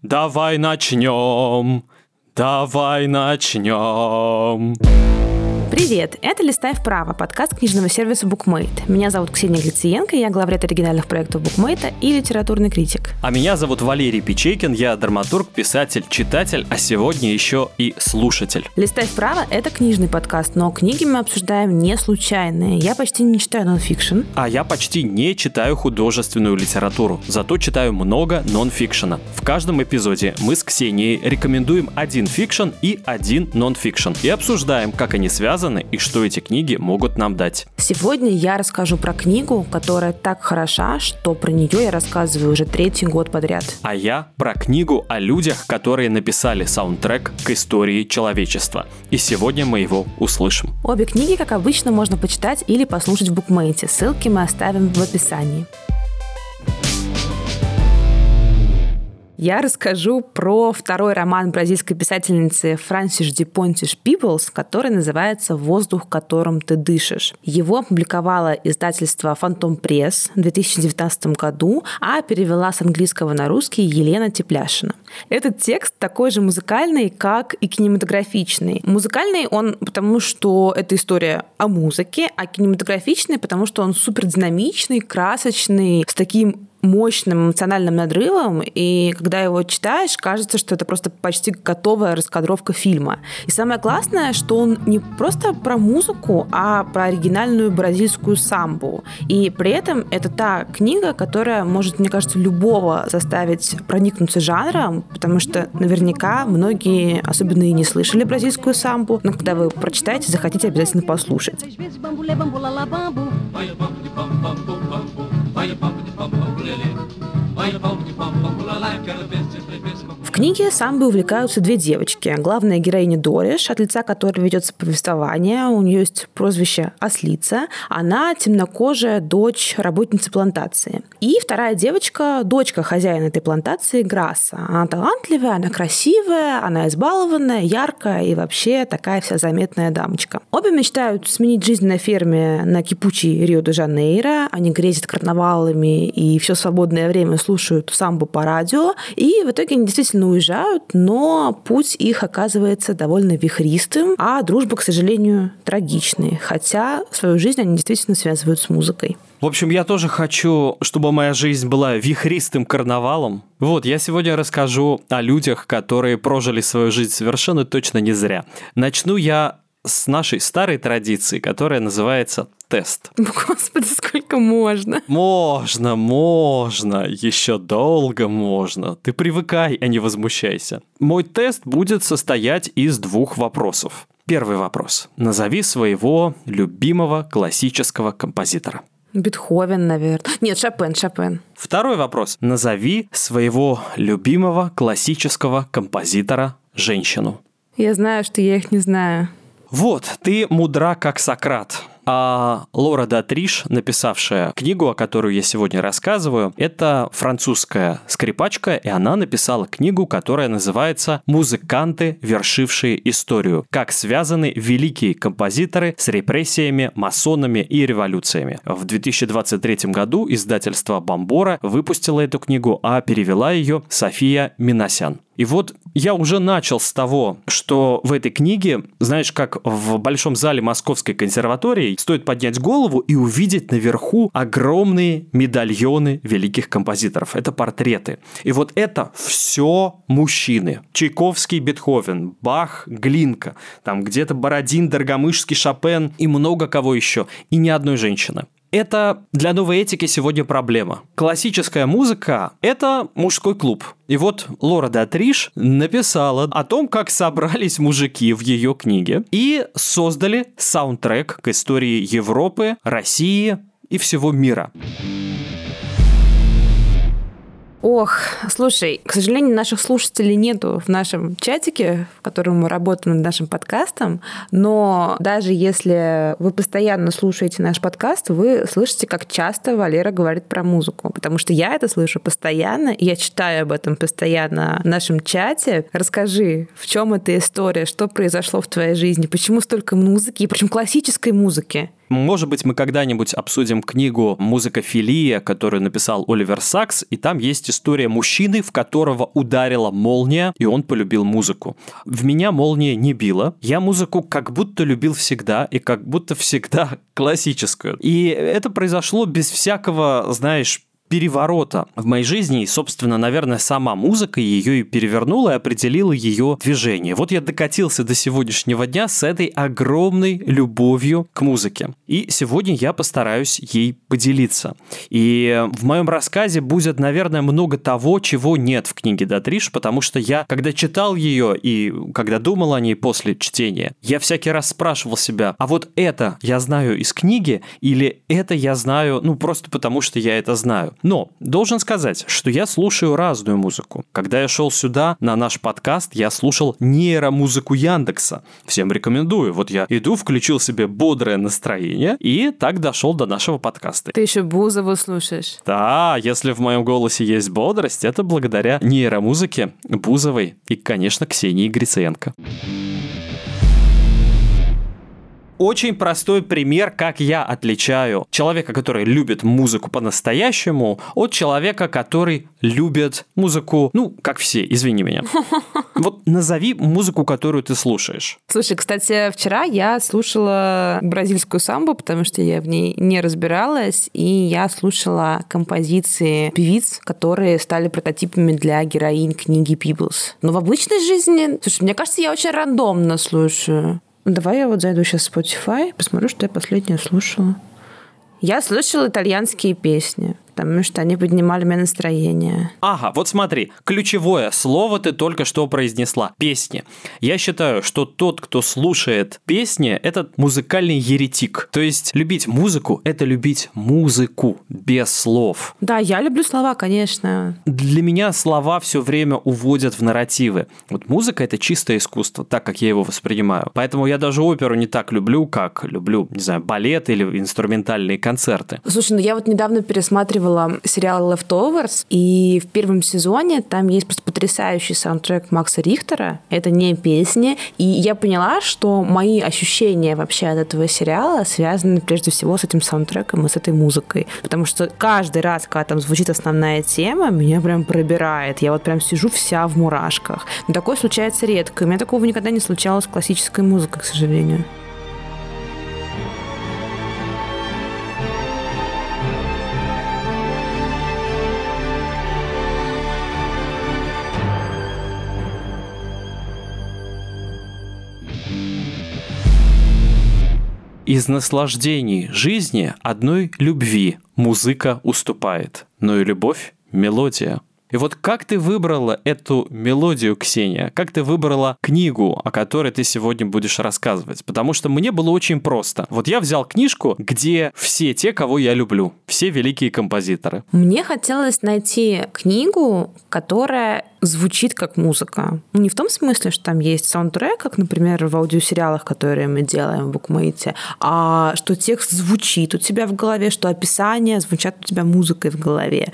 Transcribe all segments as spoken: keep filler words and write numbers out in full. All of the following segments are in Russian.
Давай начнем, давай начнем. Привет, это «Листай вправо», подкаст книжного сервиса BookMate. Меня зовут Ксения Глициенко, я главред оригинальных проектов BookMate и литературный критик. А меня зовут Валерий Печейкин, я драматург, писатель, читатель, а сегодня еще и слушатель. «Листай вправо» — это книжный подкаст, но книги мы обсуждаем не случайные. Я почти не читаю нонфикшн. А я почти не читаю художественную литературу, зато читаю много нонфикшена. В каждом эпизоде мы с Ксенией рекомендуем один фикшн и один нонфикшн и обсуждаем, как они связаны и что эти книги могут нам дать. Сегодня я расскажу про книгу, которая так хороша, что про нее я рассказываю уже третий год подряд. А я про книгу о людях, которые написали саундтрек к истории человечества. И сегодня мы его услышим. Обе книги, как обычно, можно почитать или послушать в BookMate. Ссылки мы оставим в описании. Я расскажу про второй роман бразильской писательницы Франсис Ди Понтиш Пиблс, который называется «Воздух, которым ты дышишь». Его опубликовало издательство «Фантом Пресс» в две тысячи девятнадцатом году, а перевела с английского на русский Елена Тепляшина. Этот текст такой же музыкальный, как и кинематографичный. Музыкальный он потому, что это история о музыке, а кинематографичный, потому что он супердинамичный, красочный, с таким мощным эмоциональным надрывом, и когда его читаешь, кажется, что это просто почти готовая раскадровка фильма. И самое классное, что он не просто про музыку, а про оригинальную бразильскую самбу. И при этом это та книга, которая может, мне кажется, любого заставить проникнуться жанром, потому что наверняка многие, особенно и не слышали бразильскую самбу, но когда вы прочитаете, захотите обязательно послушать. В книге самбой увлекаются две девочки. Главная героиня Дориш, от лица которой ведется повествование. У нее есть прозвище Ослица. Она темнокожая дочь работницы плантации. И вторая девочка, дочка хозяина этой плантации, Грасса. Она талантливая, она красивая, она избалованная, яркая и вообще такая вся заметная дамочка. Обе мечтают сменить жизнь на ферме на кипучей Рио-де-Жанейро. Они грезят карнавалами и все свободное время слушают самбу по радио. И в итоге они действительно уезжают, но путь их оказывается довольно вихристым, а дружба, к сожалению, трагичной. Хотя свою жизнь они действительно связывают с музыкой. В общем, я тоже хочу, чтобы моя жизнь была вихристым карнавалом. Вот, я сегодня расскажу о людях, которые прожили свою жизнь совершенно точно не зря. Начну я с нашей старой традиции, которая называется тест. Господи, сколько можно? Можно, можно, еще долго можно. Ты привыкай, а не возмущайся. Мой тест будет состоять из двух вопросов. Первый вопрос. Назови своего любимого классического композитора. Бетховен, наверное. Нет, Шопен, Шопен. Второй вопрос. Назови своего любимого классического композитора женщину. Я знаю, что я их не знаю. Вот, ты мудра, как Сократ. А Лора Датриш, написавшая книгу, о которой я сегодня рассказываю, это французская скрипачка, и она написала книгу, которая называется «Музыканты, вершившие историю. Как связаны великие композиторы с репрессиями, масонами и революциями». В две тысячи двадцать третьем году издательство Бомбора выпустило эту книгу, а перевела ее София Минасян. И вот я уже начал с того, что в этой книге, знаешь, как в Большом зале Московской консерватории, стоит поднять голову и увидеть наверху огромные медальоны великих композиторов. Это портреты. И вот это все мужчины. Чайковский, Бетховен, Бах, Глинка, там где-то Бородин, Доргомышский, Шопен и много кого еще. И ни одной женщины. Это для новой этики сегодня проблема. Классическая музыка – это мужской клуб. И вот Лора Датриш написала о том, как собрались мужики в ее книге и создали саундтрек к истории Европы, России и всего мира. Ох, слушай, к сожалению, наших слушателей нету в нашем чатике, в котором мы работаем над нашим подкастом, но даже если вы постоянно слушаете наш подкаст, вы слышите, как часто Валера говорит про музыку, потому что я это слышу постоянно, и я читаю об этом постоянно в нашем чате. Расскажи, в чем эта история, что произошло в твоей жизни, почему столько музыки, и причем классической музыки? Может быть, мы когда-нибудь обсудим книгу «Музыкофилия», которую написал Оливер Сакс, и там есть история мужчины, в которого ударила молния, и он полюбил музыку. В меня молния не била. Я музыку как будто любил всегда, и как будто всегда классическую. И это произошло без всякого, знаешь, переворота в моей жизни, и, собственно, наверное, сама музыка ее и перевернула, и определила ее движение. Вот я докатился до сегодняшнего дня с этой огромной любовью к музыке. И сегодня я постараюсь ей поделиться. И в моем рассказе будет, наверное, много того, чего нет в книге Датриш, потому что я, когда читал ее и когда думал о ней после чтения, я всякий раз спрашивал себя, а вот это я знаю из книги, или это я знаю, ну, просто потому что я это знаю. Но должен сказать, что я слушаю разную музыку. Когда я шел сюда, на наш подкаст, я слушал нейромузыку Яндекса. Всем рекомендую. Вот я иду, включил себе бодрое настроение, и так дошел до нашего подкаста. Ты еще Бузову слушаешь? Да, если в моем голосе есть бодрость, это благодаря нейромузыке Бузовой и, конечно, Ксении Гриценко. Очень простой пример, как я отличаю человека, который любит музыку по-настоящему, от человека, который любит музыку, ну, как все, извини меня. Вот назови музыку, которую ты слушаешь. Слушай, кстати, вчера я слушала бразильскую самбу, потому что я в ней не разбиралась, и я слушала композиции певиц, которые стали прототипами для героинь книги Пиблс. Но в обычной жизни, слушай, мне кажется, я очень рандомно слушаю. Давай я вот зайду сейчас в Spotify, посмотрю, что я последнее слушала. Я слушала итальянские песни, потому что они поднимали мне настроение. Ага, вот смотри, ключевое слово ты только что произнесла – песни. Я считаю, что тот, кто слушает песни, этот музыкальный еретик. То есть любить музыку – это любить музыку без слов. Да, я люблю слова, конечно. Для меня слова все время уводят в нарративы. Вот музыка – это чистое искусство, так как я его воспринимаю. Поэтому я даже оперу не так люблю, как люблю, не знаю, балет или инструментальные концерты. Слушай, ну я вот недавно пересматривала сериал Leftovers, и в первом сезоне там есть просто потрясающий саундтрек Макса Рихтера. Это не песни. И я поняла, что мои ощущения вообще от этого сериала связаны прежде всего с этим саундтреком и с этой музыкой. Потому что каждый раз, когда там звучит основная тема, меня прям пробирает. Я вот прям сижу вся в мурашках. Но такое случается редко. У меня такого никогда не случалось с классической музыкой, к сожалению. Из наслаждений жизни одной любви музыка уступает, но и любовь – мелодия. И вот как ты выбрала эту мелодию, Ксения? Как ты выбрала книгу, о которой ты сегодня будешь рассказывать? Потому что мне было очень просто. Вот я взял книжку, где все те, кого я люблю, все великие композиторы. Мне хотелось найти книгу, которая звучит как музыка. Ну, не в том смысле, что там есть саундтрек, как, например, в аудиосериалах, которые мы делаем в BookMate, а что текст звучит у тебя в голове, что описания звучат у тебя музыкой в голове.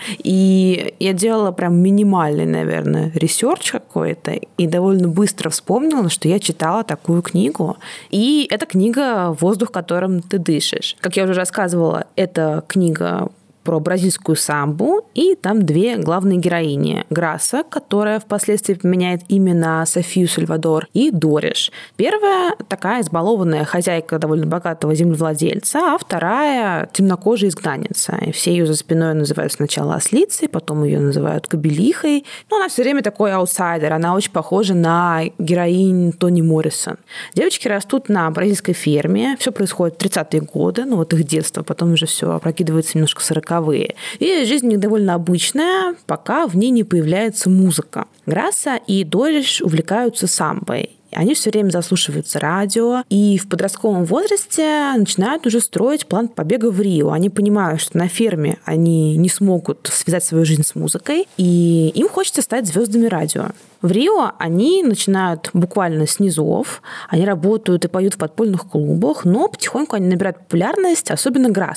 И я делала прям минимальный, наверное, ресерч какой-то, и довольно быстро вспомнила, что я читала такую книгу. И это книга «Воздух, которым ты дышишь». Как я уже рассказывала, это книга про бразильскую самбу, и там две главные героини. Граса, которая впоследствии поменяет имя на Софию Сальвадор, и Дориш. Первая такая избалованная хозяйка довольно богатого землевладельца, а вторая темнокожая изгнанница. И все ее за спиной называют сначала ослицей, потом ее называют кобелихой. Но она все время такой аутсайдер, она очень похожа на героинь Тони Моррисон. Девочки растут на бразильской ферме, все происходит в тридцатые годы, ну вот их детство, потом уже все опрокидывается немножко в сороковые. И жизнь у них довольно обычная, пока в ней не появляется музыка. Граса и Дориш увлекаются самбой. Они все время заслушиваются радио, и в подростковом возрасте начинают уже строить план побега в Рио. Они понимают, что на ферме они не смогут связать свою жизнь с музыкой, и им хочется стать звездами радио. В Рио они начинают буквально с низов, они работают и поют в подпольных клубах, но потихоньку они набирают популярность, особенно Грасса.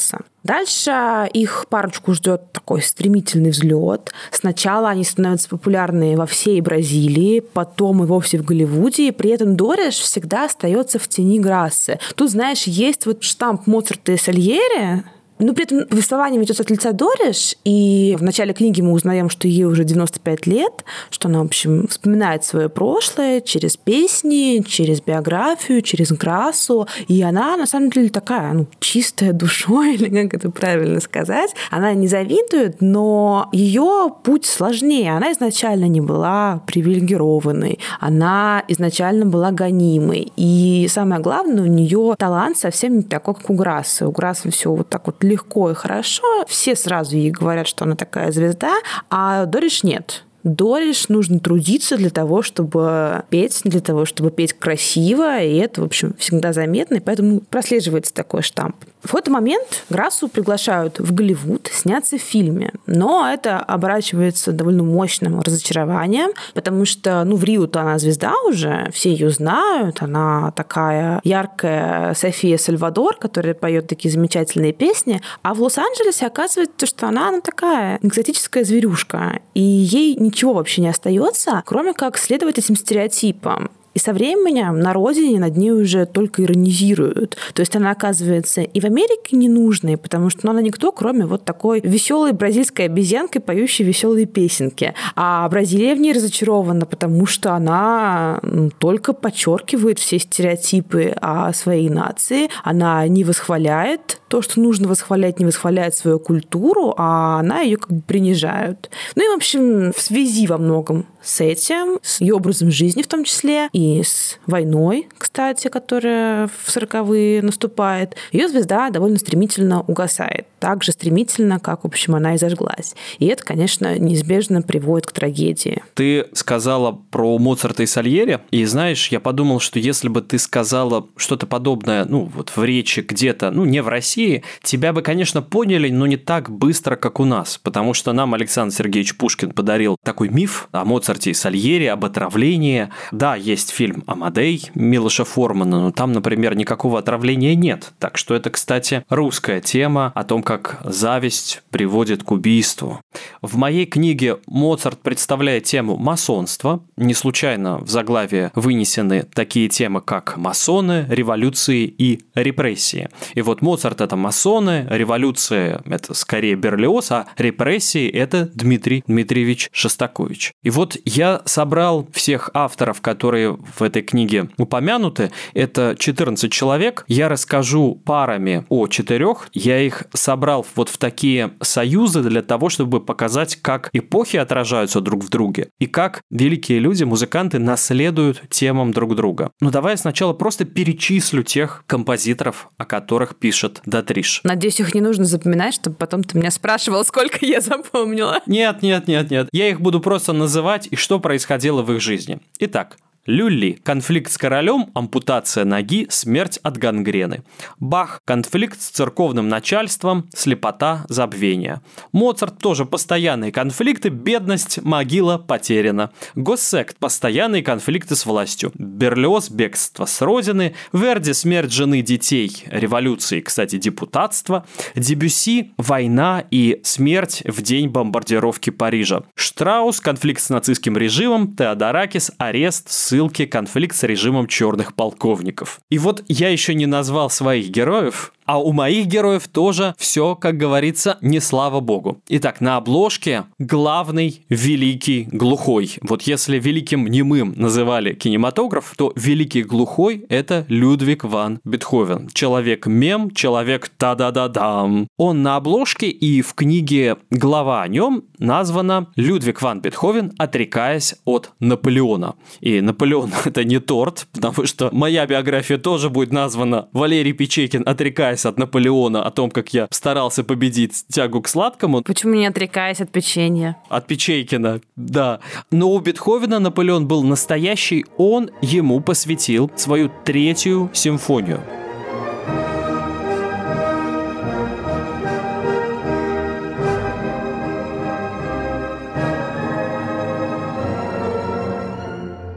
Дальше их парочку ждет такой стремительный взлет. Сначала они становятся популярны во всей Бразилии, потом и вовсе в Голливуде, и при этом Дориш всегда остается в тени Грассы. Тут, знаешь, есть вот штамп Моцарта и Сальери, но при этом повествование ведется от лица Дориш, и в начале книги мы узнаем, что ей уже девяносто пять лет, что она, в общем, вспоминает свое прошлое через песни, через биографию, через Грассу, и она, на самом деле, такая, ну, чистая душой, или как это правильно сказать. Она не завидует, но ее путь сложнее. Она изначально не была привилегированной, она изначально была гонимой, и самое главное, у нее талант совсем не такой, как у Грассы. У Грассы все вот так вот легко и хорошо. Все сразу ей говорят, что она такая звезда, а Дориш нет. Дориш нужно трудиться для того, чтобы петь, для того, чтобы петь красиво, и это, в общем, всегда заметно, и поэтому прослеживается такой штамп. В какой-то момент Грассу приглашают в Голливуд сняться в фильме, но это оборачивается довольно мощным разочарованием, потому что, ну, в Рио-то она звезда уже, все ее знают, она такая яркая София Сальвадор, которая поет такие замечательные песни, а в Лос-Анджелесе оказывается, что она, она такая экзотическая зверюшка, и ей ничего вообще не остается, кроме как следовать этим стереотипам. И со временем на родине над ней уже только иронизируют. То есть она оказывается и в Америке ненужной, потому что ну, она никто, кроме вот такой веселой бразильской обезьянки, поющей веселые песенки. А Бразилия в ней разочарована, потому что она ну, только подчеркивает все стереотипы о своей нации. Она не восхваляет то, что нужно восхвалять, не восхваляет свою культуру, а она ее как бы принижает. Ну и, в общем, в связи во многом с этим, с ее образом жизни в том числе, и с войной, кстати, которая в сороковые наступает, ее звезда довольно стремительно угасает. Так же стремительно, как, в общем, она и зажглась. И это, конечно, неизбежно приводит к трагедии. Ты сказала про Моцарта и Сальери, и, знаешь, я подумал, что если бы ты сказала что-то подобное, ну, вот в речи где-то, ну, не в России, тебя бы, конечно, поняли, но не так быстро, как у нас, потому что нам Александр Сергеевич Пушкин подарил такой миф о Моцарте и Сальери, об отравлении. Да, есть фильм «Амадей» Милоша Формана, но там, например, никакого отравления нет. Так что это, кстати, русская тема о том, как зависть приводит к убийству. В моей книге Моцарт представляет тему масонства. Не случайно в заглавии вынесены такие темы, как масоны, революции и репрессии. И вот Моцарт – это масоны, революция – это скорее Берлиоз, а репрессии – это Дмитрий Дмитриевич Шостакович. И вот я собрал всех авторов, которые в этой книге упомянуты. Это четырнадцать человек. Я расскажу парами о четырех. Я их собрал вот в такие союзы для того, чтобы показать, как эпохи отражаются друг в друге и как великие люди, музыканты наследуют темам друг друга. Ну давай я сначала просто перечислю тех композиторов, о которых пишет Датриш. Надеюсь, их не нужно запоминать, чтобы потом ты меня спрашивал, сколько я запомнила. Нет, нет, нет, нет. Я их буду просто называть и что происходило в их жизни. Итак, Люлли – конфликт с королем, ампутация ноги, смерть от гангрены. Бах – конфликт с церковным начальством, слепота, забвение. Моцарт – тоже постоянные конфликты, бедность, могила потеряна. Госсект – постоянные конфликты с властью. Берлиоз – бегство с родины. Верди – смерть жены, детей, революции, кстати, депутатство. Дебюсси – война и смерть в день бомбардировки Парижа. Штраус – конфликт с нацистским режимом. Теодоракис – арест, ссылки, конфликт с режимом черных полковников. И вот я еще не назвал своих героев, а у моих героев тоже все, как говорится, не слава богу. Итак, на обложке главный великий глухой. Вот если великим немым называли кинематограф, то великий глухой – это Людвиг ван Бетховен. Человек-мем, человек та-да-да-дам. Он на обложке, и в книге глава о нем названа «Людвиг ван Бетховен, отрекаясь от Наполеона». И Наполеон – это не торт, потому что моя биография тоже будет названа «Валерий Печейкин, отрекаясь от Наполеона», о том, как я старался победить тягу к сладкому. Почему не отрекаясь от печенья? От Печейкина, да. Но у Бетховена Наполеон был настоящий, он ему посвятил свою третью симфонию.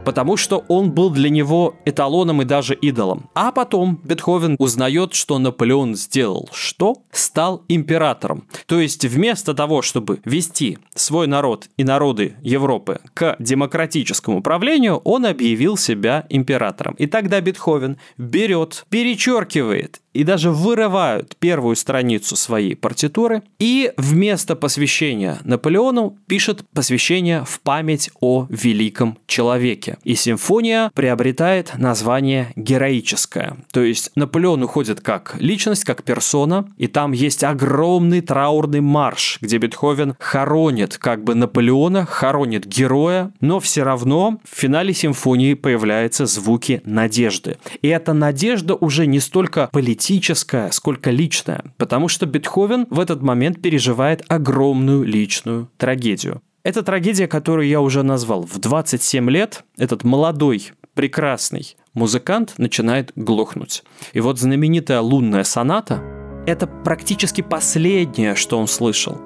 потому что он был для него эталоном и даже идолом. А потом Бетховен узнает, что Наполеон сделал что? Стал императором. То есть вместо того, чтобы вести свой народ и народы Европы к демократическому правлению, он объявил себя императором. И тогда Бетховен берет, перечеркивает и даже вырывают первую страницу своей партитуры и вместо посвящения Наполеону пишет посвящение в память о великом человеке. И симфония приобретает название «Героическая». То есть Наполеон уходит как личность, как персона, и там есть огромный траурный марш, где Бетховен хоронит как бы Наполеона, хоронит героя, но все равно в финале симфонии появляются звуки надежды. И эта надежда уже не столько политическая, сколько личная, потому что Бетховен в этот момент переживает огромную личную трагедию. Это трагедия, которую я уже назвал. В двадцать семь лет этот молодой, прекрасный музыкант начинает глохнуть. И вот знаменитая лунная соната – это практически последнее, что он слышал.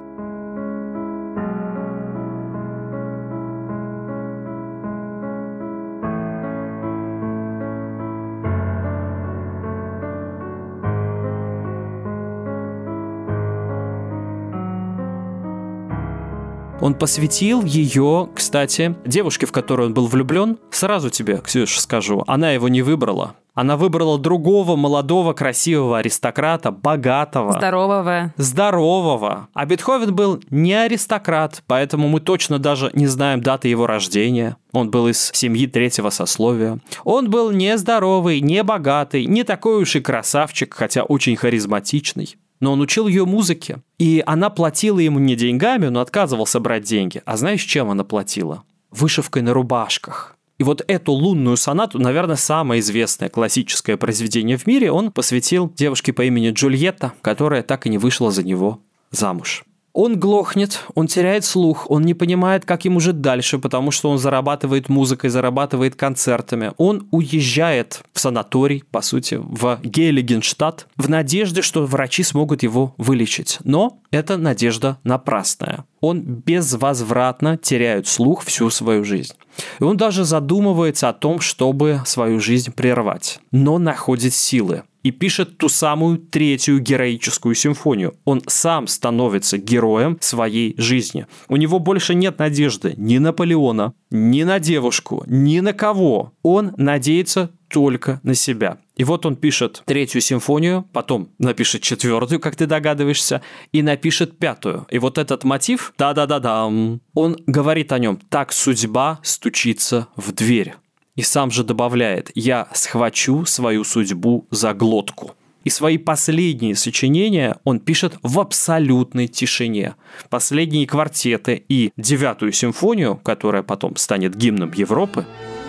Он посвятил ее, кстати, девушке, в которую он был влюблен. Сразу тебе, Ксюш, скажу, она его не выбрала. Она выбрала другого молодого красивого аристократа, богатого. Здорового. Здорового. А Бетховен был не аристократ, поэтому мы точно даже не знаем даты его рождения. Он был из семьи третьего сословия. Он был не здоровый, не богатый, не такой уж и красавчик, хотя очень харизматичный. Но он учил ее музыке. И она платила ему не деньгами, он отказывался брать деньги. А знаешь, чем она платила? Вышивкой на рубашках. И вот эту лунную сонату, наверное, самое известное классическое произведение в мире, он посвятил девушке по имени Джульетта, которая так и не вышла за него замуж. Он глохнет, он теряет слух, он не понимает, как ему жить дальше, потому что он зарабатывает музыкой, зарабатывает концертами. Он уезжает в санаторий, по сути, в Гейлигенштадт, в надежде, что врачи смогут его вылечить. Но эта надежда напрасная. Он безвозвратно теряет слух всю свою жизнь. И он даже задумывается о том, чтобы свою жизнь прервать, но находит силы. И пишет ту самую третью героическую симфонию. Он сам становится героем своей жизни. У него больше нет надежды ни на Наполеона, ни на девушку, ни на кого. Он надеется только на себя. И вот он пишет третью симфонию, потом напишет четвертую, как ты догадываешься, и напишет пятую. И вот этот мотив, да-да-да-дам, он говорит о нем: «Так судьба стучится в дверь». И сам же добавляет: «Я схвачу свою судьбу за глотку». И свои последние сочинения он пишет в абсолютной тишине. Последние квартеты и девятую симфонию, которая потом станет гимном Европы,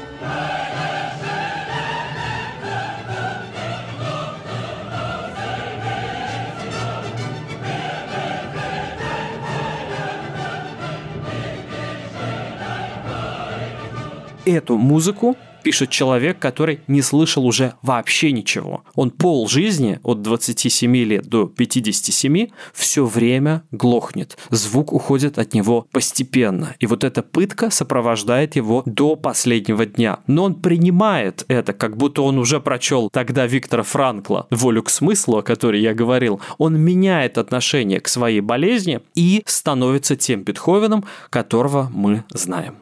эту музыку пишет человек, который не слышал уже вообще ничего. Он пол жизни, от двадцати семи лет до пятидесяти семи, все время глохнет. Звук уходит от него постепенно. И вот эта пытка сопровождает его до последнего дня. Но он принимает это, как будто он уже прочел тогда Виктора Франкла «Волю к смыслу», о которой я говорил. Он меняет отношение к своей болезни и становится тем Бетховеном, которого мы знаем.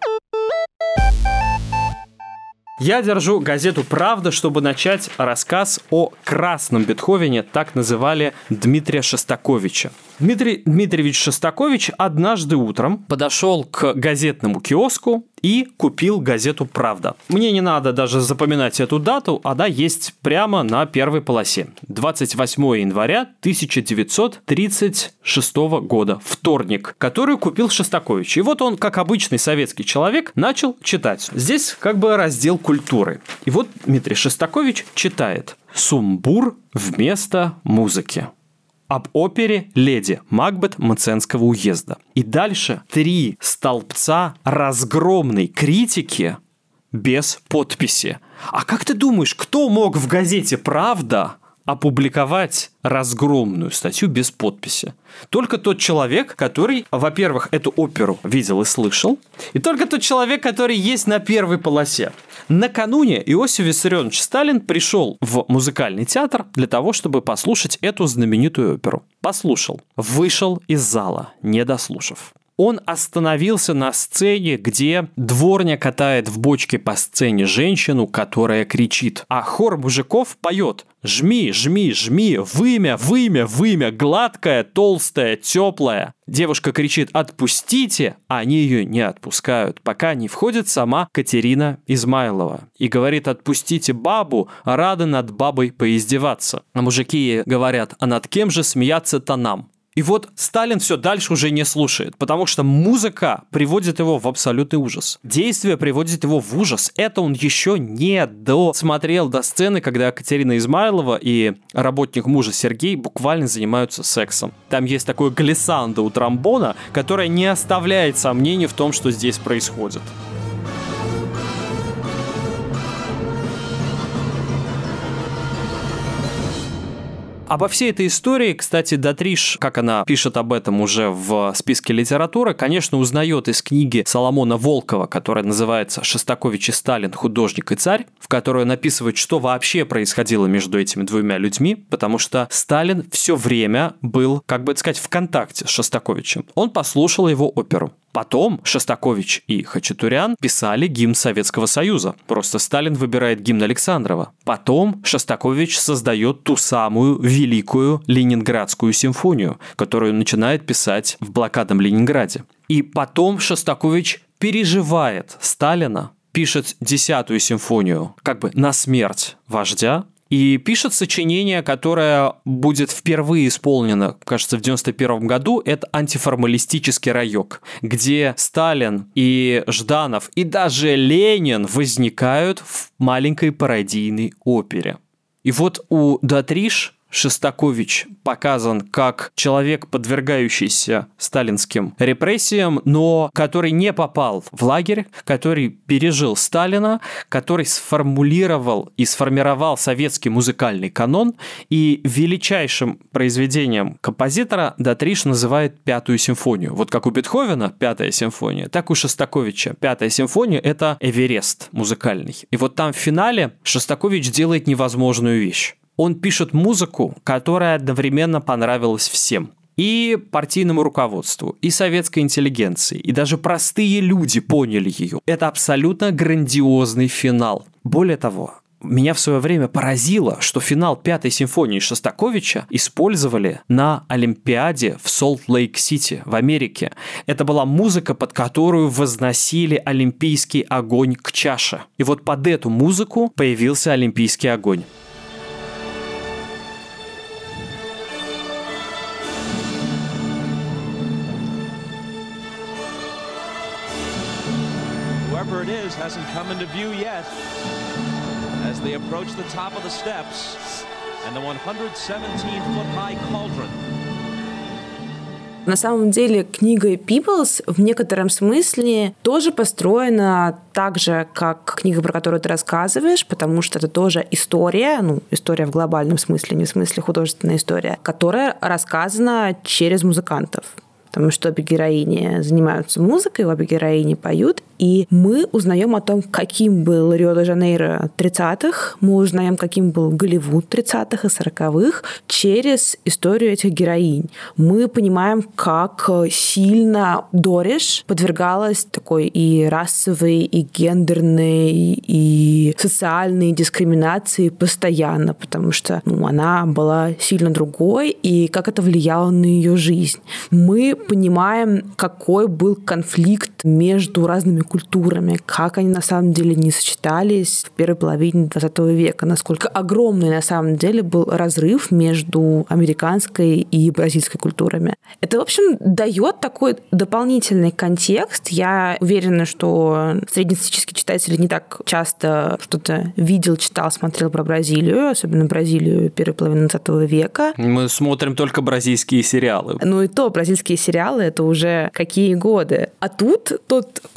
Я держу газету «Правда», чтобы начать рассказ о красном Бетховене, так называли Дмитрия Шостаковича. Дмитрий Дмитриевич Шостакович однажды утром подошел к газетному киоску и купил газету «Правда». Мне не надо даже запоминать эту дату, она есть прямо на первой полосе. двадцать восьмое января тысяча девятьсот тридцать шестого года, вторник, которую купил Шостакович. И вот он, как обычный советский человек, начал читать. Здесь как бы раздел культуры. И вот Дмитрий Шостакович читает: «Сумбур вместо музыки». Об опере «Леди Макбет» Мценского уезда. И дальше три столбца разгромной критики без подписи. А как ты думаешь, кто мог в газете «Правда» опубликовать разгромную статью без подписи. Только тот человек, который, во-первых, эту оперу видел и слышал, и только тот человек, который есть на первой полосе. Накануне Иосиф Виссарионович Сталин пришел в музыкальный театр для того, чтобы послушать эту знаменитую оперу. Послушал. Вышел из зала, не дослушав. Он остановился на сцене, где дворня катает в бочке по сцене женщину, которая кричит, а хор мужиков поет: «Жми, жми, жми, вымя, вымя, вымя, гладкая, толстая, теплая». Девушка кричит: «Отпустите», а они ее не отпускают, пока не входит сама Катерина Измайлова и говорит: «Отпустите бабу, рады над бабой поиздеваться». А мужики говорят: «А над кем же смеяться-то нам?» И вот Сталин все дальше уже не слушает, потому что музыка приводит его в абсолютный ужас. Действие приводит его в ужас. Это он еще не досмотрел до сцены, когда Катерина Измайлова и работник мужа Сергей буквально занимаются сексом. Там есть такое глиссандо у тромбона, которое не оставляет сомнений в том, что здесь происходит. Обо всей этой истории, кстати, Датриш, как она пишет об этом уже в списке литературы, конечно, узнает из книги Соломона Волкова, которая называется «Шостакович и Сталин. Художник и царь», в которой он описывает, что вообще происходило между этими двумя людьми, потому что Сталин все время был, как бы сказать, в контакте с Шостаковичем. Он послушал его оперу. Потом Шостакович и Хачатурян писали гимн Советского Союза. Просто Сталин выбирает гимн Александрова. Потом Шостакович создает ту самую великую Ленинградскую симфонию, которую он начинает писать в блокадном Ленинграде. И потом Шостакович переживает Сталина, пишет десятую симфонию, как бы на смерть вождя, и пишет сочинение, которое будет впервые исполнено, кажется, в девяносто первом году. Это антиформалистический раёк, где Сталин и Жданов и даже Ленин возникают в маленькой пародийной опере. И вот у Датриш Шостакович показан как человек, подвергающийся сталинским репрессиям, но который не попал в лагерь, который пережил Сталина, который сформулировал и сформировал советский музыкальный канон, и величайшим произведением композитора Датриш называет Пятую симфонию. Вот как у Бетховена Пятая симфония, так у Шостаковича Пятая симфония — это Эверест музыкальный. И вот там в финале Шостакович делает невозможную вещь. Он пишет музыку, которая одновременно понравилась всем. И партийному руководству, и советской интеллигенции, и даже простые люди поняли ее. Это абсолютно грандиозный финал. Более того, меня в свое время поразило, что финал Пятой симфонии Шостаковича использовали на Олимпиаде в Солт-Лейк-Сити в Америке. Это была музыка, под которую возносили олимпийский огонь к чаше. И вот под эту музыку появился олимпийский огонь. Whoever it is hasn't come into view yet as they approach the top of the steps and the one hundred seventeen foot high cauldron. На самом деле книга Peoples в некотором смысле тоже построена так же, как книга, про которую ты рассказываешь, потому что это тоже история, ну, история в глобальном смысле, не в смысле художественная история, которая рассказана через музыкантов. Потому что обе героини занимаются музыкой, обе героини поют, и мы узнаем о том, каким был Рио-де-Жанейро тридцатых, мы узнаем, каким был Голливуд тридцатых и сороковых через историю этих героинь. Мы понимаем, как сильно Дориш подвергалась такой и расовой, и гендерной, и социальной дискриминации постоянно, потому что ну, она была сильно другой, и как это влияло на ее жизнь. Мы понимаем, какой был конфликт между разными культурами, как они на самом деле не сочетались в первой половине двадцатого века, насколько огромный на самом деле был разрыв между американской и бразильской культурами. Это, в общем, дает такой дополнительный контекст. Я уверена, что среднестатистический читатель не так часто что-то видел, читал, смотрел про Бразилию, особенно Бразилию первой половины двадцатого века. Мы смотрим только бразильские сериалы. Ну и то, бразильские сериалы — это уже какие годы. А тут тот кусок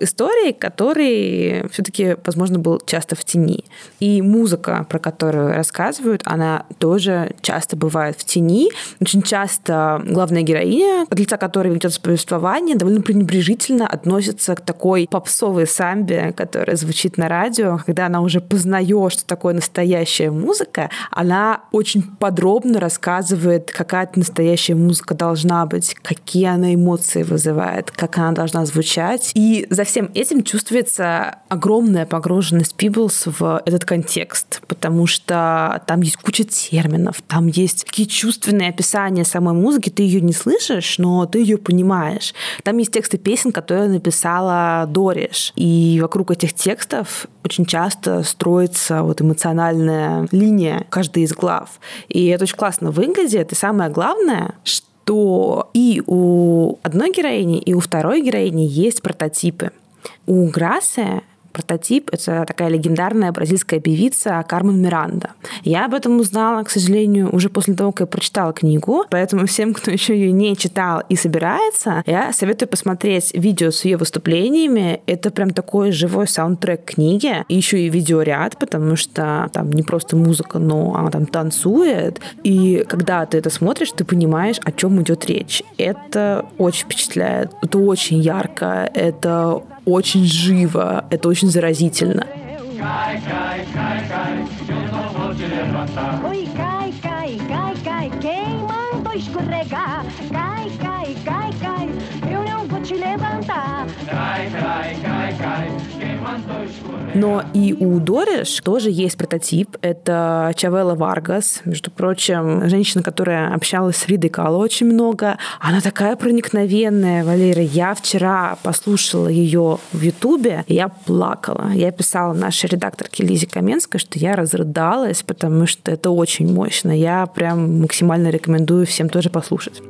историей, который все-таки, возможно, был часто в тени. И музыка, про которую рассказывают, она тоже часто бывает в тени. Очень часто главная героиня, от лица которой ведется повествование, довольно пренебрежительно относится к такой попсовой самбе, которая звучит на радио. Когда она уже познает, что такое настоящая музыка, она очень подробно рассказывает, какая это настоящая музыка должна быть, какие она эмоции вызывает, как она должна звучать. И за всем этим чувствуется огромная погруженность Пиблс в этот контекст, потому что там есть куча терминов, там есть такие чувственные описания самой музыки, ты ее не слышишь, но ты ее понимаешь. Там есть тексты песен, которые написала Дориш, и вокруг этих текстов очень часто строится вот эмоциональная линия каждой из глав. И это очень классно выглядит, и самое главное, что то и у одной героини, и у второй героини есть прототипы. У Грасе прототип — это такая легендарная бразильская певица Кармен Миранда. Я об этом узнала, к сожалению, уже после того, как я прочитала книгу, поэтому всем, кто еще ее не читал и собирается, я советую посмотреть видео с ее выступлениями. Это прям такой живой саундтрек книги, и еще и видеоряд, потому что там не просто музыка, но она там танцует. И когда ты это смотришь, ты понимаешь, о чем идет речь. Это очень впечатляет, это очень ярко, это очень живо, это очень заразительно. Cai, cai, cai, cai, eu não vou te levantar. Oi, cai, cai, cai, cai, quem mandou escorregar? Cai, cai, cai, cai, eu não vou te levantar. Cai, cai, cai, cai, quem mandou escorregar? Но и у Дориш тоже есть прототип. Это Чавела Варгас, между прочим, женщина, которая общалась с Фридой Кало очень много. Она такая проникновенная, Валера. Я вчера послушала ее в Ютубе, и я плакала. Я писала нашей редакторке Лизе Каменской, что я разрыдалась, потому что это очень мощно. Я прям максимально рекомендую всем тоже послушать.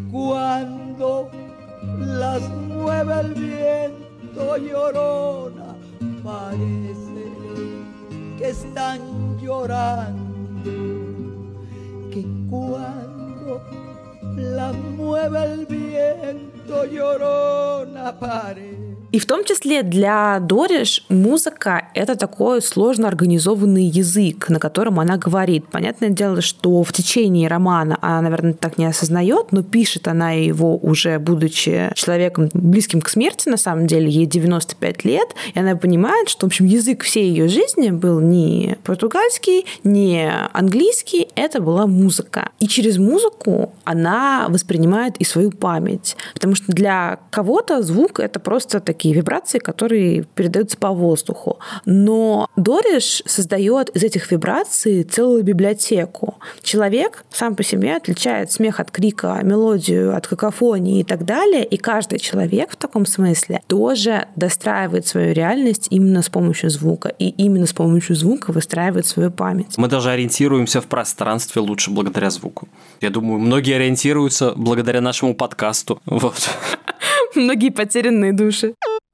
Parece que están llorando, que cuando la mueve el viento llorona parece. И в том числе для Дориш музыка — это такой сложно организованный язык, на котором она говорит. Понятное дело, что в течение романа она, наверное, так не осознает, но пишет она его уже будучи человеком близким к смерти, на самом деле, ей девяносто пять лет, и она понимает, что, в общем, язык всей ее жизни был не португальский, не английский, это была музыка. И через музыку она воспринимает и свою память, потому что для кого-то звук — это просто такие такие вибрации, которые передаются по воздуху. Но Дориш создает из этих вибраций целую библиотеку. Человек сам по себе отличает смех от крика, мелодию от какофонии и так далее. И каждый человек в таком смысле тоже достраивает свою реальность именно с помощью звука. И именно с помощью звука выстраивает свою память. Мы даже ориентируемся в пространстве лучше благодаря звуку. Я думаю, многие ориентируются благодаря нашему подкасту. Вот. Многие потерянные души.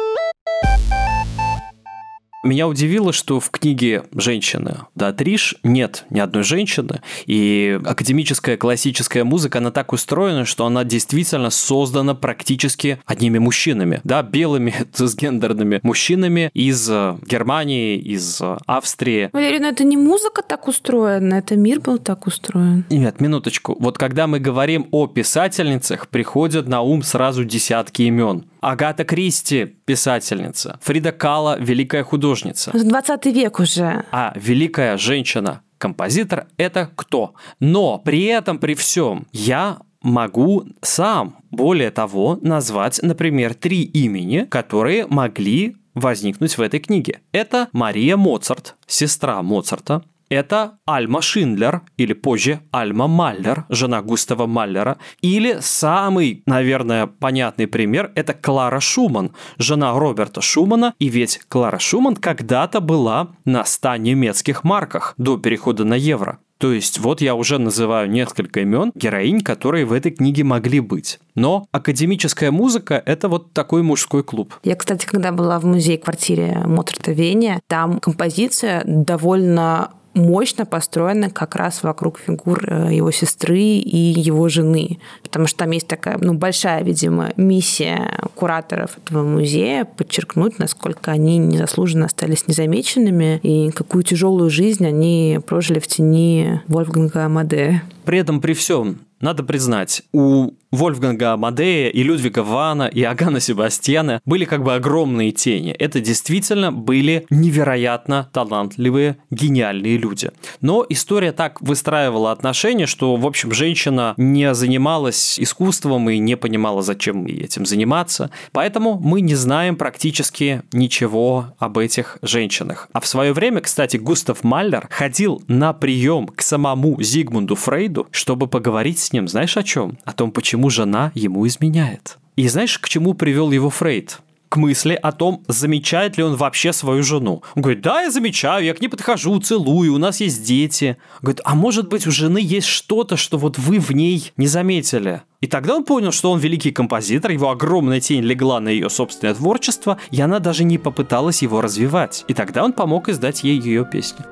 Меня удивило, что в книге «Женщины» Датриш нет ни одной женщины, и академическая классическая музыка, она так устроена, что она действительно создана практически одними мужчинами, да, белыми цисгендерными мужчинами из Германии, из Австрии. Валерий, но это не музыка так устроена, это мир был так устроен. Нет, минуточку. Вот когда мы говорим о писательницах, приходят на ум сразу десятки имен. Агата Кристи – писательница. Фрида Кало – великая художница. Это двадцатый век уже. А великая женщина-композитор – это кто? Но при этом, при всем, я могу сам, более того, назвать, например, три имени, которые могли возникнуть в этой книге. Это Мария Моцарт, сестра Моцарта. Это Альма Шиндлер, или позже Альма Маллер, жена Густава Маллера. Или самый, наверное, понятный пример – это Клара Шуман, жена Роберта Шумана. И ведь Клара Шуман когда-то была на ста немецких марках до перехода на евро. То есть вот я уже называю несколько имен героинь, которые в этой книге могли быть. Но академическая музыка – это вот такой мужской клуб. Я, кстати, когда была в музее-квартире Моцарта в Вене, там композиция довольно мощно построена как раз вокруг фигур его сестры и его жены. Потому что там есть такая, ну, большая, видимо, миссия кураторов этого музея подчеркнуть, насколько они незаслуженно остались незамеченными и какую тяжелую жизнь они прожили в тени Вольфганга Амадея. При этом, при всем, надо признать, у Вольфганга Амадея и Людвига Вана и Иоганна Себастьяна были как бы огромные тени. Это действительно были невероятно талантливые, гениальные люди. Но история так выстраивала отношения, что, в общем, женщина не занималась искусством и не понимала, зачем этим заниматься. Поэтому мы не знаем практически ничего об этих женщинах. А в свое время, кстати, Густав Маллер ходил на прием к самому Зигмунду Фрейду, чтобы поговорить с ним, знаешь, о чем? О том, почему жена ему изменяет. И знаешь, к чему привел его Фрейд? К мысли о том, замечает ли он вообще свою жену. Он говорит, да, я замечаю, я к ней подхожу, целую, у нас есть дети. Говорит, а может быть, у жены есть что-то, что вот вы в ней не заметили? И тогда он понял, что он великий композитор, его огромная тень легла на ее собственное творчество, и она даже не попыталась его развивать. И тогда он помог издать ей ее песню.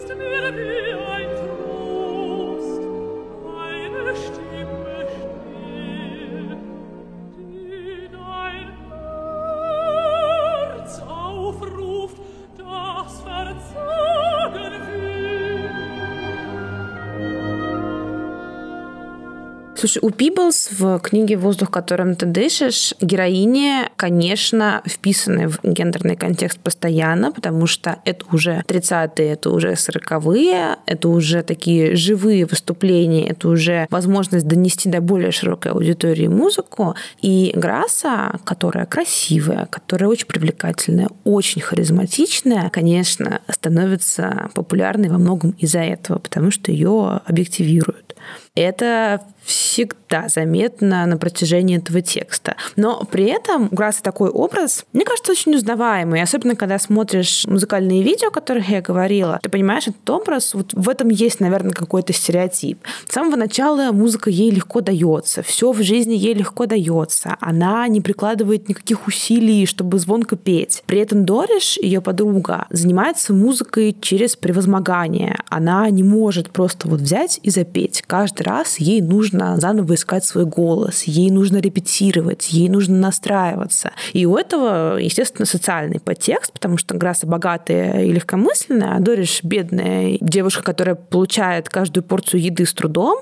Слушай, у Пиблс в книге «Воздух, которым ты дышишь» героини, конечно, вписаны в гендерный контекст постоянно, потому что это уже тридцатые, это уже сороковые, это уже такие живые выступления, это уже возможность донести до более широкой аудитории музыку. И Грасса, которая красивая, которая очень привлекательная, очень харизматичная, конечно, становится популярной во многом из-за этого, потому что ее объективируют. Это всегда заметно на протяжении этого текста. Но при этом у Грасса такой образ, мне кажется, очень узнаваемый. Особенно, когда смотришь музыкальные видео, о которых я говорила, ты понимаешь, этот образ, вот в этом есть, наверное, какой-то стереотип. С самого начала музыка ей легко дается, все в жизни ей легко дается. Она не прикладывает никаких усилий, чтобы звонко петь. При этом Дориш, ее подруга, занимается музыкой через превозмогание. Она не может просто вот взять и запеть. Каждый раз ей нужно заново искать свой голос, ей нужно репетировать, ей нужно настраиваться. И у этого, естественно, социальный подтекст, потому что Грасса богатая и легкомысленная, а Дориш бедная девушка, которая получает каждую порцию еды с трудом,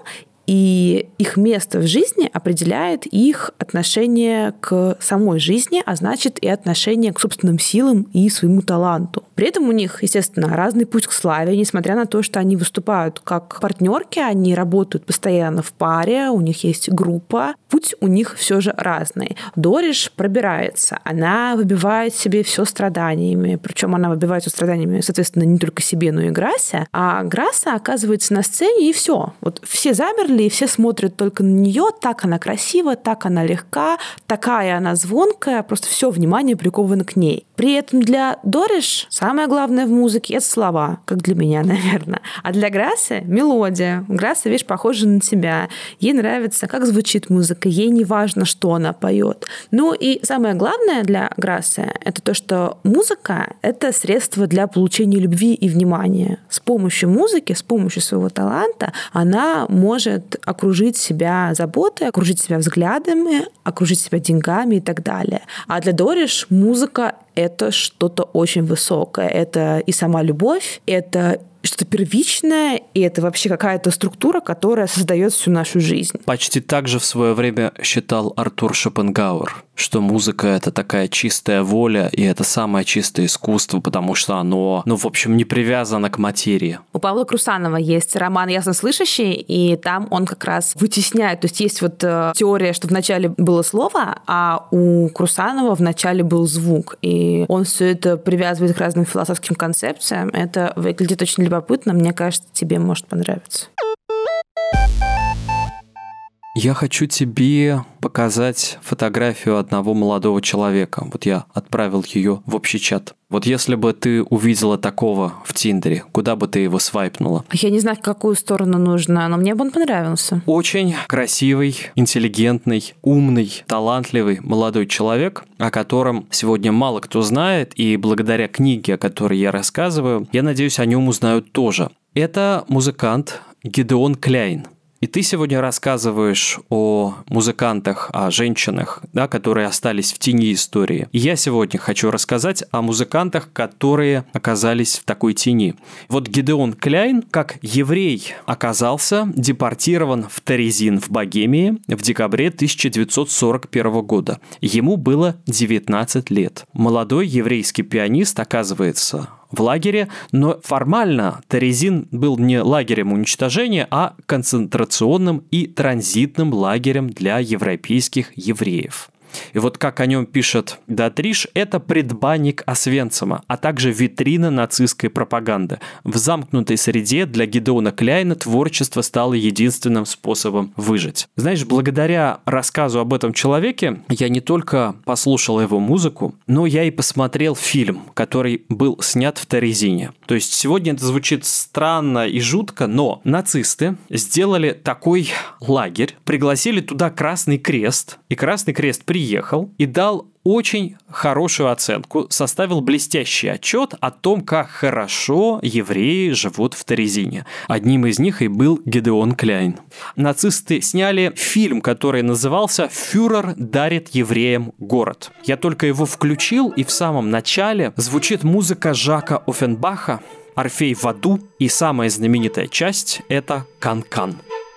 и их место в жизни определяет их отношение к самой жизни, а значит и отношение к собственным силам и своему таланту. При этом у них, естественно, разный путь к славе, несмотря на то, что они выступают как партнерки, они работают постоянно в паре, у них есть группа, путь у них все же разный. Дориш пробирается, она выбивает себе все страданиями, причем она выбивает все страданиями, соответственно, не только себе, но и Грассе, а Грасса оказывается на сцене, и все. Вот все замерли, и все смотрят только на нее, так она красива, так она легка, такая она звонкая, просто все внимание приковано к ней. При этом для Дориш самое главное в музыке — это слова, как для меня, наверное. А для Грассы — мелодия. Грасса, видишь, похожа на тебя. Ей нравится, как звучит музыка, ей не важно, что она поет. Ну и самое главное для Грассы — это то, что музыка — это средство для получения любви и внимания. С помощью музыки, с помощью своего таланта она может окружить себя заботой, окружить себя взглядами, окружить себя деньгами и так далее. А для Дориш музыка — это что-то очень высокое. Это и сама любовь, это что-то первичное, и это вообще какая-то структура, которая создает всю нашу жизнь. Почти так же в свое время считал Артур Шопенгауэр, что музыка — это такая чистая воля, и это самое чистое искусство, потому что оно, ну, в общем, не привязано к материи. У Павла Крусанова есть роман «Яснослышащий», и там он как раз вытесняет, то есть есть вот э, теория, что вначале было слово, а у Крусанова вначале был звук, и он все это привязывает к разным философским концепциям. Это выглядит очень любопытно, мне кажется, тебе может понравиться. Я хочу тебе показать фотографию одного молодого человека. Вот я отправил ее в общий чат. Вот если бы ты увидела такого в Тиндере, куда бы ты его свайпнула? Я не знаю, в какую сторону нужно, но мне бы он понравился. Очень красивый, интеллигентный, умный, талантливый молодой человек, о котором сегодня мало кто знает, и благодаря книге, о которой я рассказываю, я надеюсь, о нем узнают тоже. Это музыкант Гидеон Кляйн. И ты сегодня рассказываешь о музыкантах, о женщинах, да, которые остались в тени истории. И я сегодня хочу рассказать о музыкантах, которые оказались в такой тени. Вот Гидеон Кляйн, как еврей, оказался депортирован в Терезин в Богемии в декабре тысяча девятьсот сорок первого года. Ему было девятнадцать лет. Молодой еврейский пианист оказывается в лагере, но формально Терезин был не лагерем уничтожения, а концентрационным и транзитным лагерем для европейских евреев. И вот как о нем пишет Датриш, это предбанник Освенцима, а также витрина нацистской пропаганды. В замкнутой среде для Гидеона Кляйна творчество стало единственным способом выжить. Знаешь, благодаря рассказу об этом человеке я не только послушал его музыку, но я и посмотрел фильм, который был снят в Терезине. То есть сегодня это звучит странно и жутко, но нацисты сделали такой лагерь, пригласили туда Красный Крест, и Красный Крест приехал Приехал и дал очень хорошую оценку, составил блестящий отчет о том, как хорошо евреи живут в Терезине. Одним из них и был Гидеон Кляйн. Нацисты сняли фильм, который назывался «Фюрер дарит евреям город». Я только его включил, и в самом начале звучит музыка Жака Оффенбаха, «Орфей в аду», и самая знаменитая часть – это «Кан-кан».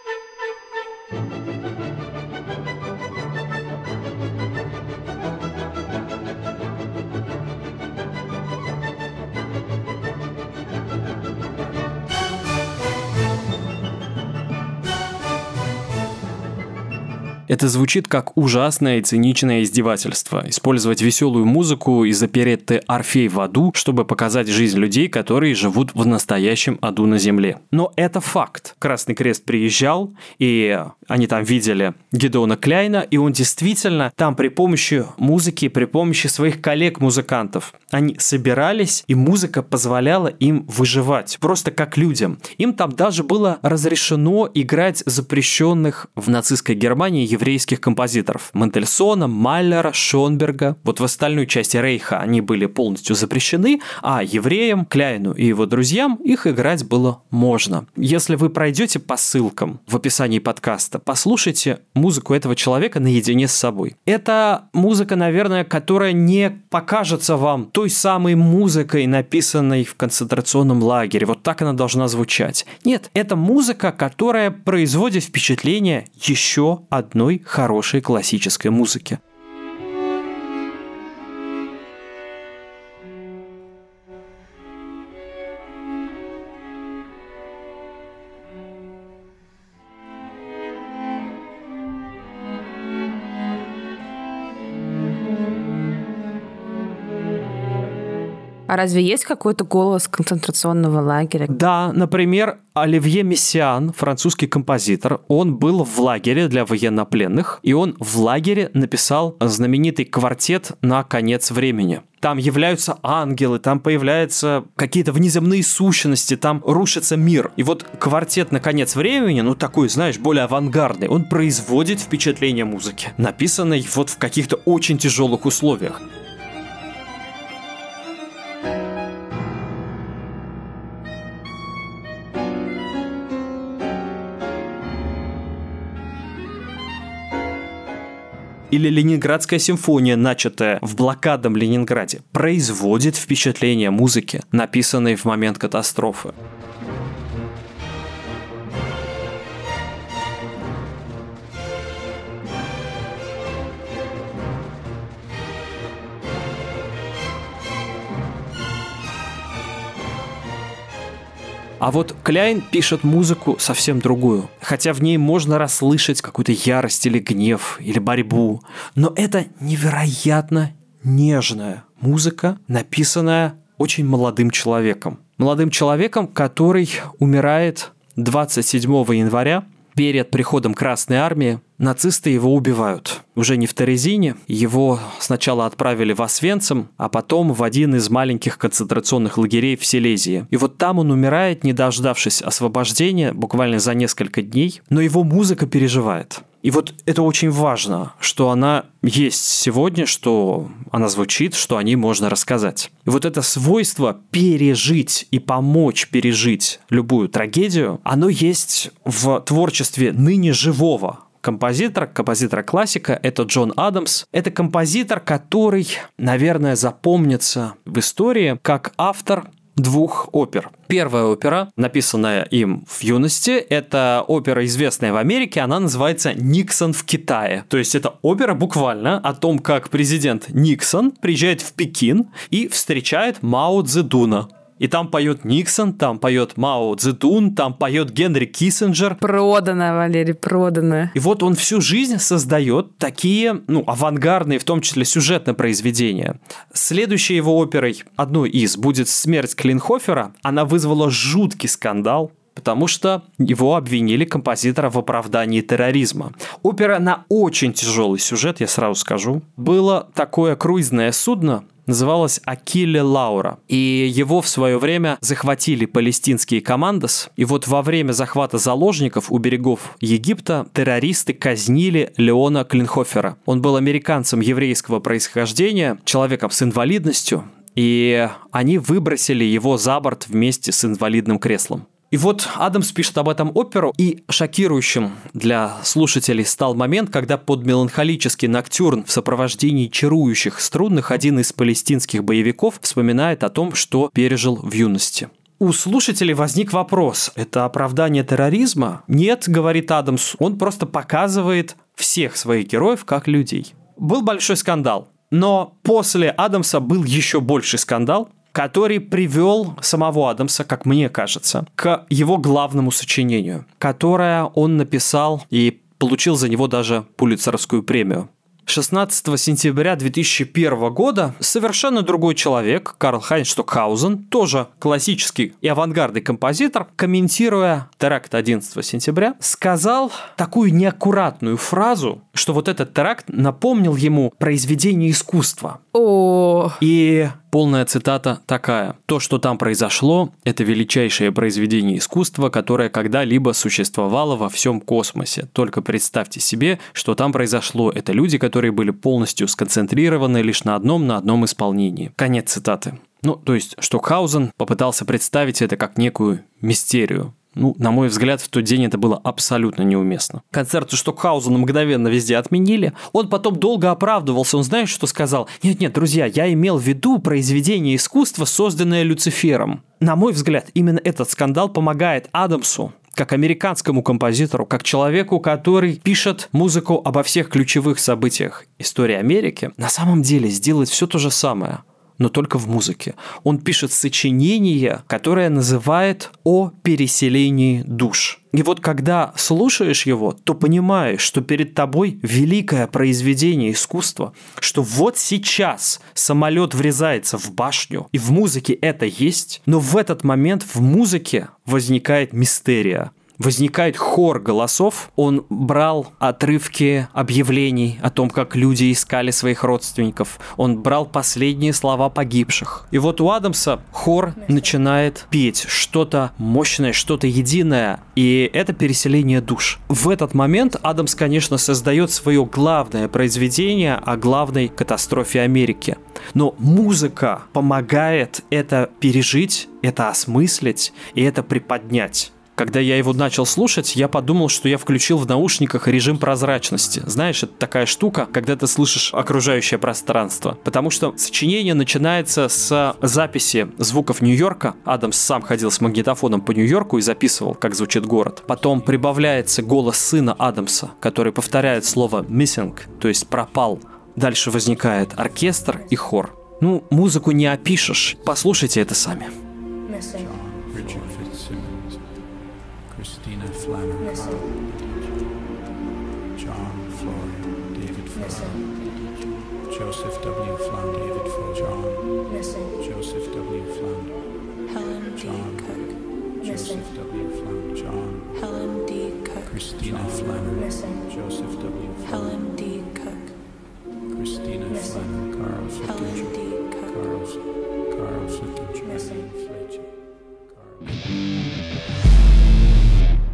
Это звучит как ужасное и циничное издевательство. Использовать веселую музыку из оперетты «Орфей в аду», чтобы показать жизнь людей, которые живут в настоящем аду на земле. Но это факт. Красный Крест приезжал, и они там видели Гидеона Кляйна, и он действительно там при помощи музыки, при помощи своих коллег-музыкантов, они собирались, и музыка позволяла им выживать, просто как людям. Им там даже было разрешено играть запрещенных в нацистской Германии еврейских композиторов. Мендельсона, Маллера, Шонберга. Вот в остальной части Рейха они были полностью запрещены, а евреям, Кляйну и его друзьям их играть было можно. Если вы пройдете по ссылкам в описании подкаста, послушайте музыку этого человека наедине с собой. Это музыка, наверное, которая не покажется вам той самой музыкой, написанной в концентрационном лагере. Вот так она должна звучать. Нет, это музыка, которая производит впечатление еще одной хорошей классической музыки. А разве есть какой-то голос концентрационного лагеря? Да, например, Оливье Мессиан, французский композитор, он был в лагере для военнопленных, и он в лагере написал знаменитый квартет «На конец времени». Там являются ангелы, там появляются какие-то внеземные сущности, там рушится мир. И вот квартет «На конец времени», ну такой, знаешь, более авангардный, он производит впечатление музыки, написанной вот в каких-то очень тяжелых условиях. Или Ленинградская симфония, начатая в блокадном Ленинграде, производит впечатление музыки, написанной в момент катастрофы. А вот Кляйн пишет музыку совсем другую, хотя в ней можно расслышать какую-то ярость или гнев, или борьбу. Но это невероятно нежная музыка, написанная очень молодым человеком. Молодым человеком, который умирает двадцать седьмого января. Перед приходом Красной Армии нацисты его убивают. Уже не в Терезине. Его сначала отправили в Освенцим, а потом в один из маленьких концентрационных лагерей в Силезии. И вот там он умирает, не дождавшись освобождения, буквально за несколько дней. Но его музыка переживает. И вот это очень важно, что она есть сегодня, что она звучит, что о ней можно рассказать. И вот это свойство пережить и помочь пережить любую трагедию, оно есть в творчестве ныне живого композитора, композитора-классика, это Джон Адамс. Это композитор, который, наверное, запомнится в истории как автор двух опер. Первая опера, написанная им в юности, это опера, известная в Америке, она называется «Никсон в Китае». То есть это опера буквально о том, как президент Никсон приезжает в Пекин и встречает Мао Цзэдуна. И там поет Никсон, там поет Мао Цзэдун, там поет Генри Киссинджер. Продано, Валерий, продано. И вот он всю жизнь создает такие, ну, авангардные, в том числе сюжетные произведения. Следующей его оперой, одной из, будет «Смерть Клинхофера». Она вызвала жуткий скандал, потому что его обвинили, композитора, в оправдании терроризма. Опера на очень тяжелый сюжет, я сразу скажу. Было такое круизное судно, называлось «Акилле Лаура». И его в свое время захватили палестинские командос. И вот во время захвата заложников у берегов Египта террористы казнили Леона Клинхофера. Он был американцем еврейского происхождения, человеком с инвалидностью, и они выбросили его за борт вместе с инвалидным креслом. И вот Адамс пишет об этом оперу, и шокирующим для слушателей стал момент, когда под меланхолический ноктюрн в сопровождении чарующих струнных один из палестинских боевиков вспоминает о том, что пережил в юности. У слушателей возник вопрос: это оправдание терроризма? Нет, говорит Адамс, он просто показывает всех своих героев как людей. Был большой скандал, но после Адамса был еще больший скандал, который привел самого Адамса, как мне кажется, к его главному сочинению, которое он написал и получил за него даже Пулитцеровскую премию. шестнадцатого сентября две тысячи первого года совершенно другой человек, Карл-Хайнц Штокхаузен, тоже классический и авангардный композитор, комментируя теракт одиннадцатого сентября, сказал такую неаккуратную фразу, что вот этот теракт напомнил ему произведение искусства. О. И полная цитата такая: «То, что там произошло, это величайшее произведение искусства, которое когда-либо существовало во всем космосе. Только представьте себе, что там произошло. Это люди, которые были полностью сконцентрированы лишь на одном, на одном исполнении». Конец цитаты. Ну, то есть Штокхаузен попытался представить это как некую мистерию. Ну, на мой взгляд, в тот день это было абсолютно неуместно. Концерт у Штокхаузена мгновенно везде отменили. Он потом долго оправдывался. Он, знаешь, что сказал? Нет-нет, друзья, я имел в виду произведение искусства, созданное Люцифером. На мой взгляд, именно этот скандал помогает Адамсу, как американскому композитору, как человеку, который пишет музыку обо всех ключевых событиях истории Америки, на самом деле сделать все то же самое, но только в музыке. Он пишет сочинение, которое называет «О переселении душ». И вот когда слушаешь его, то понимаешь, что перед тобой великое произведение искусства, что вот сейчас самолет врезается в башню, и в музыке это есть, но в этот момент в музыке возникает мистерия. Возникает хор голосов, он брал отрывки объявлений о том, как люди искали своих родственников, он брал последние слова погибших. И вот у Адамса хор начинает петь что-то мощное, что-то единое, и это переселение душ. В этот момент Адамс, конечно, создает свое главное произведение о главной катастрофе Америки. Но музыка помогает это пережить, это осмыслить и это приподнять. Когда я его начал слушать, я подумал, что я включил в наушниках режим прозрачности. Знаешь, это такая штука, когда ты слышишь окружающее пространство. Потому что сочинение начинается с записи звуков Нью-Йорка. Адамс сам ходил с магнитофоном по Нью-Йорку и записывал, как звучит город. Потом прибавляется голос сына Адамса, который повторяет слово «missing», то есть «пропал». Дальше возникает оркестр и хор. Ну, музыку не опишешь. Послушайте это сами. Christina Flannery, Missing. John Floyd, David Flann, Joseph W. Flann, David Flann, John, Missing. Joseph W. Flann, Helen D. John Cook, Joseph W. Flann, John, Helen D. Cook, Christina Flannery, Missing. Joseph W. Flann, Helen D. Cook, Christina Flannery, Carl Flickinger, Helen D. Cook, Carl, Carl Flickinger, Missing. Fletcher, Carl.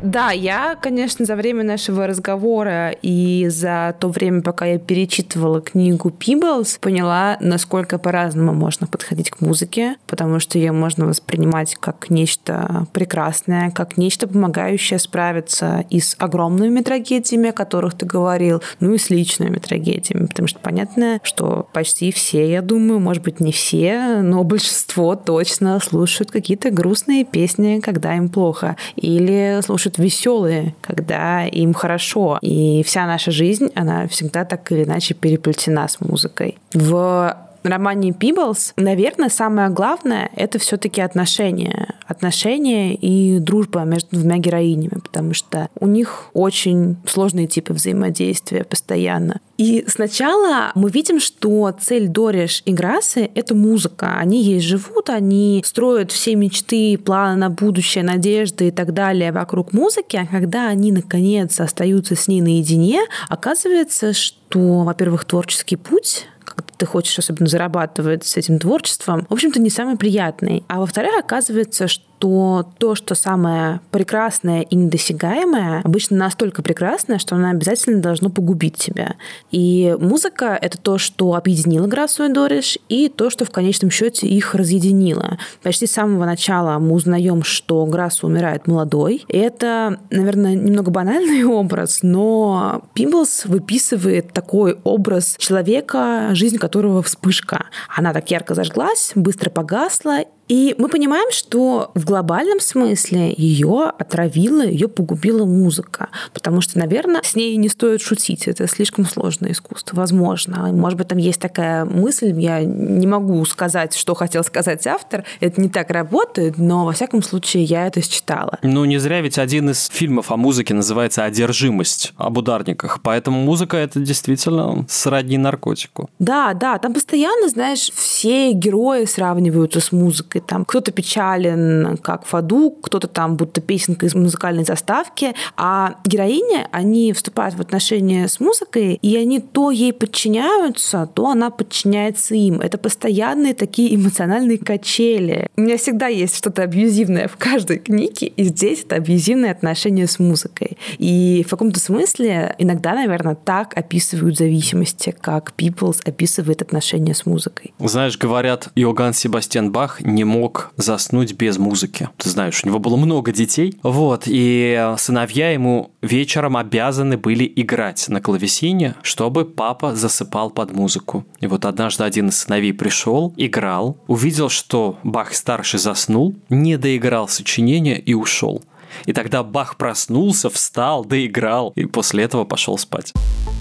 Да, я, конечно, за время нашего разговора и за то время, пока я перечитывала книгу Peebles, поняла, насколько по-разному можно подходить к музыке, потому что ее можно воспринимать как нечто прекрасное, как нечто, помогающее справиться и с огромными трагедиями, о которых ты говорил, ну и с личными трагедиями, потому что понятно, что почти все, я думаю, может быть, не все, но большинство точно слушают какие-то грустные песни, когда им плохо, или слушают веселые, когда им хорошо. И вся наша жизнь, она всегда так или иначе переплетена с музыкой. В романе Peebles, наверное, самое главное — это все-таки отношения. Отношения и дружба между двумя героинями, потому что у них очень сложные типы взаимодействия постоянно. И сначала мы видим, что цель Дориш и Грассы — это музыка. Они ей живут, они строят все мечты, планы на будущее, надежды и так далее вокруг музыки, а когда они, наконец, остаются с ней наедине, оказывается, что, во-первых, творческий путь, когда ты хочешь особенно зарабатывать с этим творчеством, в общем-то, не самый приятный. А во-вторых, оказывается, что то, что самое прекрасное и недосягаемое, обычно настолько прекрасное, что оно обязательно должно погубить тебя. И музыка — это то, что объединило Грассу и Дориш, и то, что в конечном счете их разъединило. Почти с самого начала мы узнаем, что Грасса умирает молодой. И это, наверное, немного банальный образ, но Peebles выписывает такой образ человека, жизнь которого вспышка. Она так ярко зажглась, быстро погасла, и мы понимаем, что в глобальном смысле ее отравила, ее погубила музыка. Потому что, наверное, с ней не стоит шутить. Это слишком сложное искусство. Возможно. Может быть, там есть такая мысль. Я не могу сказать, что хотел сказать автор. Это не так работает, но, во всяком случае, я это считала. Ну, не зря ведь один из фильмов о музыке называется «Одержимость», об ударниках. Поэтому музыка — это действительно сродни наркотику. Да, да. Там постоянно, знаешь, все герои сравниваются с музыкой. Там кто-то печален, как Фадук, кто-то там будто песенка из музыкальной заставки, а героини, они вступают в отношения с музыкой, и они то ей подчиняются, то она подчиняется им. Это постоянные такие эмоциональные качели. У меня всегда есть что-то абьюзивное в каждой книге, и здесь это абьюзивное отношение с музыкой. И в каком-то смысле иногда, наверное, так описывают зависимости, как Peebles описывает отношения с музыкой. Знаешь, говорят, Иоганн Себастьян Бах не мог заснуть без музыки. Ты знаешь, у него было много детей. Вот, и сыновья ему вечером обязаны были играть на клавесине, чтобы папа засыпал под музыку. И вот однажды один из сыновей пришел, играл, увидел, что Бах-старший заснул, не доиграл сочинение и ушел. И тогда Бах проснулся, встал, доиграл, и после этого пошел спать.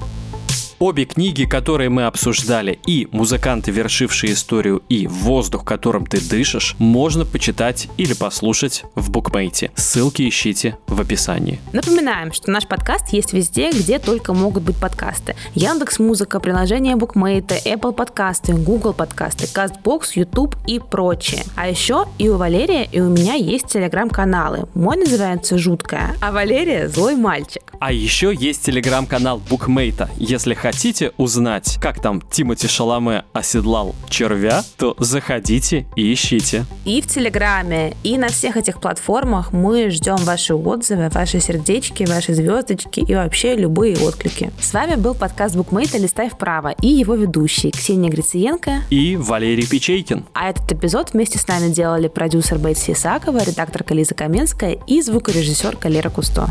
Обе книги, которые мы обсуждали, и «Музыканты, вершившие историю», и «Воздух, которым ты дышишь», можно почитать или послушать в Букмейте. Ссылки ищите в описании. Напоминаем, что наш подкаст есть везде, где только могут быть подкасты. Яндекс.Музыка, приложение Букмейта, Apple подкасты, Google подкасты, Castbox, YouTube и прочее. А еще и у Валерия, и у меня есть телеграм-каналы. Мой называется «Жуткая», а Валерия — «Злой мальчик». А еще есть телеграм-канал Букмейта. Если хотите узнать, как там Тимоти Шаломе оседлал червя, то заходите и ищите. И в Телеграме, и на всех этих платформах мы ждем ваши отзывы, ваши сердечки, ваши звездочки и вообще любые отклики. С вами был подкаст Букмейта «Листай вправо» и его ведущие Ксения Грициенко и Валерий Печейкин. А этот эпизод вместе с нами делали продюсер Бетси Исакова, редакторка Лиза Каменская и звукорежиссерка Лера Кусто.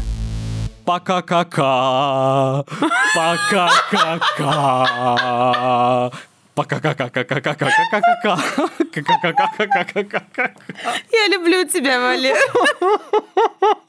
Пока-ка-ка, пока-ка-ка, пока-ка-ка-ка-ка-ка-ка-ка-ка-ка-ка-ка-ка-ка-ка. Я люблю тебя, Валер.